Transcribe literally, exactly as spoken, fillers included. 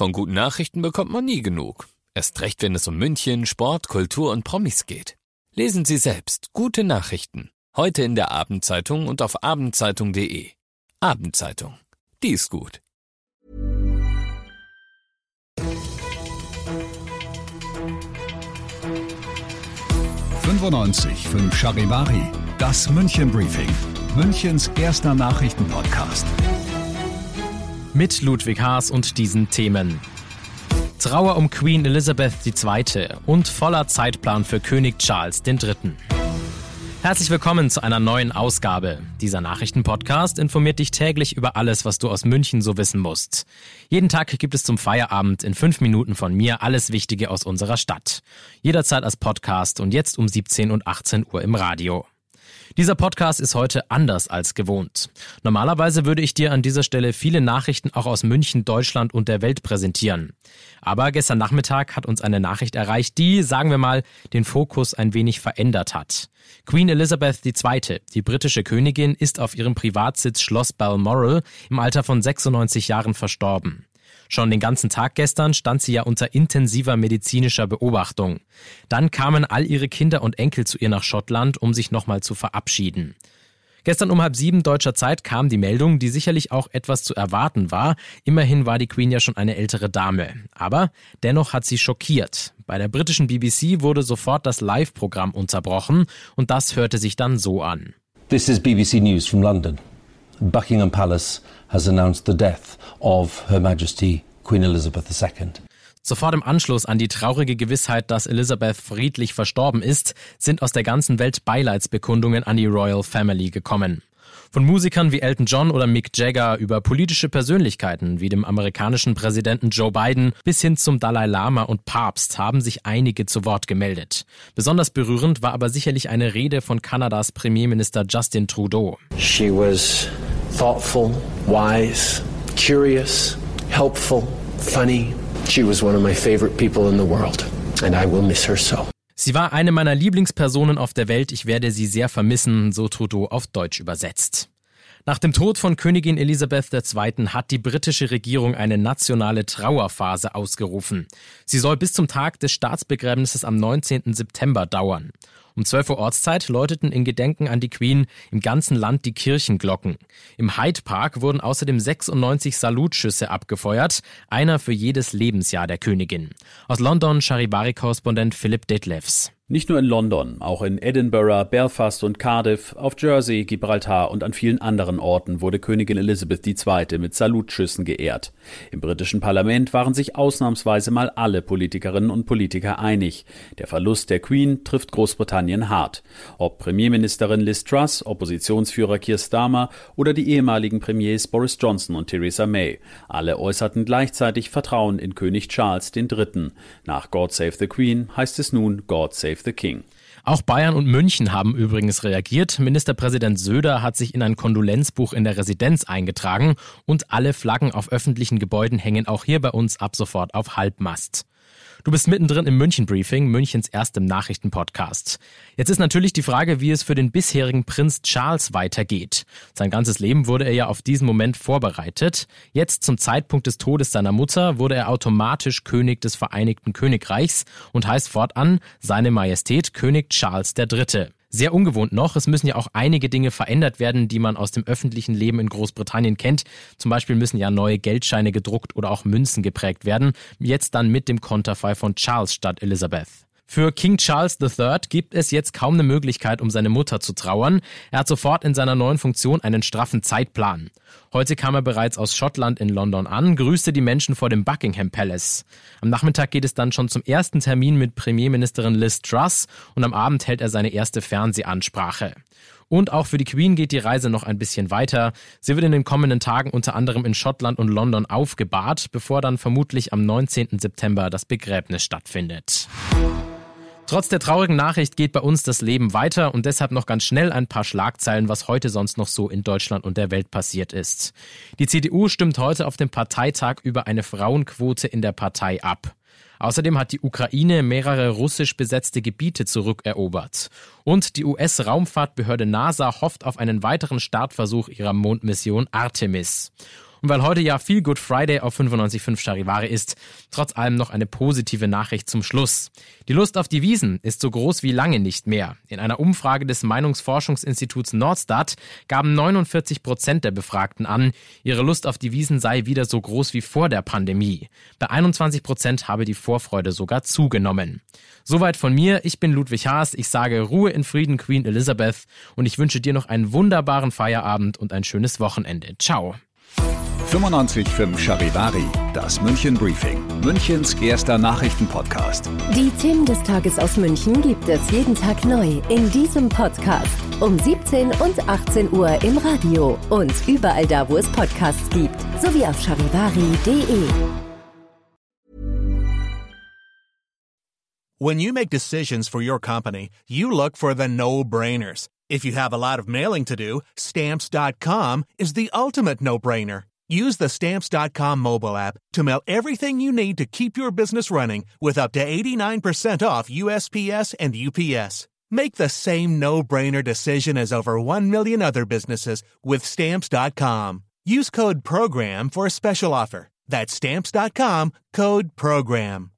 Von guten Nachrichten bekommt man nie genug. Erst recht, wenn es um München, Sport, Kultur und Promis geht. Lesen Sie selbst gute Nachrichten. Heute in der Abendzeitung und auf abendzeitung punkt de. Abendzeitung. Die ist gut. fünfundneunzig Komma fünf Charivari, das München Briefing, Münchens erster Nachrichtenpodcast. Mit Ludwig Haas und diesen Themen. Trauer um Queen Elizabeth die Zweite und voller Zeitplan für König Charles der Dritte. Herzlich willkommen zu einer neuen Ausgabe. Dieser Nachrichtenpodcast informiert dich täglich über alles, was du aus München so wissen musst. Jeden Tag gibt es zum Feierabend in fünf Minuten von mir alles Wichtige aus unserer Stadt. Jederzeit als Podcast und jetzt um siebzehn und achtzehn Uhr im Radio. Dieser Podcast ist heute anders als gewohnt. Normalerweise würde ich dir an dieser Stelle viele Nachrichten auch aus München, Deutschland und der Welt präsentieren. Aber gestern Nachmittag hat uns eine Nachricht erreicht, die, sagen wir mal, den Fokus ein wenig verändert hat. Queen Elizabeth die Zweite, die britische Königin, ist auf ihrem Privatsitz Schloss Balmoral im Alter von sechsundneunzig Jahren verstorben. Schon den ganzen Tag gestern stand sie ja unter intensiver medizinischer Beobachtung. Dann kamen all ihre Kinder und Enkel zu ihr nach Schottland, um sich nochmal zu verabschieden. Gestern um halb sieben deutscher Zeit kam die Meldung, die sicherlich auch etwas zu erwarten war. Immerhin war die Queen ja schon eine ältere Dame. Aber dennoch hat sie schockiert. Bei der britischen B B C wurde sofort das Live-Programm unterbrochen und das hörte sich dann so an. This is B B C News from London. Buckingham Palace has announced the death of Her Majesty Queen Elizabeth the Second. Sofort im Anschluss an die traurige Gewissheit, dass Elizabeth friedlich verstorben ist, sind aus der ganzen Welt Beileidsbekundungen an die Royal Family gekommen. Von Musikern wie Elton John oder Mick Jagger über politische Persönlichkeiten wie dem amerikanischen Präsidenten Joe Biden bis hin zum Dalai Lama und Papst haben sich einige zu Wort gemeldet. Besonders berührend war aber sicherlich eine Rede von Kanadas Premierminister Justin Trudeau. She was thoughtful, wise, curious, helpful, funny. She was one of my favorite people in the world, and I will miss her so. Sie war eine meiner Lieblingspersonen auf der Welt, ich werde sie sehr vermissen, so Trudeau auf Deutsch übersetzt. Nach dem Tod von Königin Elizabeth der Zweite hat die britische Regierung eine nationale Trauerphase ausgerufen. Sie soll bis zum Tag des Staatsbegräbnisses am neunzehnten September dauern. Um zwölf Uhr Ortszeit läuteten in Gedenken an die Queen im ganzen Land die Kirchenglocken. Im Hyde Park wurden außerdem sechsundneunzig Salutschüsse abgefeuert, einer für jedes Lebensjahr der Königin. Aus London Charivari-Korrespondent Philipp Detlefs. Nicht nur in London, auch in Edinburgh, Belfast und Cardiff, auf Jersey, Gibraltar und an vielen anderen Orten wurde Königin Elizabeth die Zweite mit Salutschüssen geehrt. Im britischen Parlament waren sich ausnahmsweise mal alle Politikerinnen und Politiker einig. Der Verlust der Queen trifft Großbritannien hart. Ob Premierministerin Liz Truss, Oppositionsführer Keir Starmer oder die ehemaligen Premiers Boris Johnson und Theresa May. Alle äußerten gleichzeitig Vertrauen in König Charles der Dritte. Nach God Save the Queen heißt es nun God Save the King. Auch Bayern und München haben übrigens reagiert. Ministerpräsident Söder hat sich in ein Kondolenzbuch in der Residenz eingetragen und alle Flaggen auf öffentlichen Gebäuden hängen auch hier bei uns ab sofort auf Halbmast. Du bist mittendrin im München Briefing, Münchens erstem Nachrichtenpodcast. Jetzt ist natürlich die Frage, wie es für den bisherigen Prinz Charles weitergeht. Sein ganzes Leben wurde er ja auf diesen Moment vorbereitet. Jetzt zum Zeitpunkt des Todes seiner Mutter wurde er automatisch König des Vereinigten Königreichs und heißt fortan Seine Majestät König Charles der Dritte. Sehr ungewohnt noch, es müssen ja auch einige Dinge verändert werden, die man aus dem öffentlichen Leben in Großbritannien kennt. Zum Beispiel müssen ja neue Geldscheine gedruckt oder auch Münzen geprägt werden. Jetzt dann mit dem Konterfei von Charles statt Elizabeth. Für King Charles der Dritte gibt es jetzt kaum eine Möglichkeit, um seine Mutter zu trauern. Er hat sofort in seiner neuen Funktion einen straffen Zeitplan. Heute kam er bereits aus Schottland in London an, grüßte die Menschen vor dem Buckingham Palace. Am Nachmittag geht es dann schon zum ersten Termin mit Premierministerin Liz Truss und am Abend hält er seine erste Fernsehansprache. Und auch für die Queen geht die Reise noch ein bisschen weiter. Sie wird in den kommenden Tagen unter anderem in Schottland und London aufgebahrt, bevor dann vermutlich am neunzehnten September das Begräbnis stattfindet. Trotz der traurigen Nachricht geht bei uns das Leben weiter und deshalb noch ganz schnell ein paar Schlagzeilen, was heute sonst noch so in Deutschland und der Welt passiert ist. Die C D U stimmt heute auf dem Parteitag über eine Frauenquote in der Partei ab. Außerdem hat die Ukraine mehrere russisch besetzte Gebiete zurückerobert. Und die U S-Raumfahrtbehörde NASA hofft auf einen weiteren Startversuch ihrer Mondmission Artemis. Und weil heute ja viel Good Friday auf fünfundneunzig Komma fünf Charivari ist, trotz allem noch eine positive Nachricht zum Schluss. Die Lust auf die Wiesn ist so groß wie lange nicht mehr. In einer Umfrage des Meinungsforschungsinstituts Nordstat gaben neunundvierzig Prozent der Befragten an, ihre Lust auf die Wiesn sei wieder so groß wie vor der Pandemie. Bei einundzwanzig Prozent habe die Vorfreude sogar zugenommen. Soweit von mir, ich bin Ludwig Haas, ich sage Ruhe in Frieden, Queen Elizabeth, und ich wünsche dir noch einen wunderbaren Feierabend und ein schönes Wochenende. Ciao. fünfundneunzig Komma fünf Charivari, das München Briefing, Münchens erster Nachrichtenpodcast. Die Themen des Tages aus München gibt es jeden Tag neu in diesem Podcast. Um siebzehn und achtzehn Uhr im Radio und überall da, wo es Podcasts gibt, sowie auf charivari punkt de. When you make decisions for your company, you look for the no-brainers. If you have a lot of mailing to do, Stamps dot com is the ultimate no-brainer. Use the Stamps dot com mobile app to mail everything you need to keep your business running with up to eighty-nine percent off U S P S and U P S. Make the same no-brainer decision as over one million other businesses with Stamps dot com. Use code PROGRAM for a special offer. That's Stamps dot com, code PROGRAM.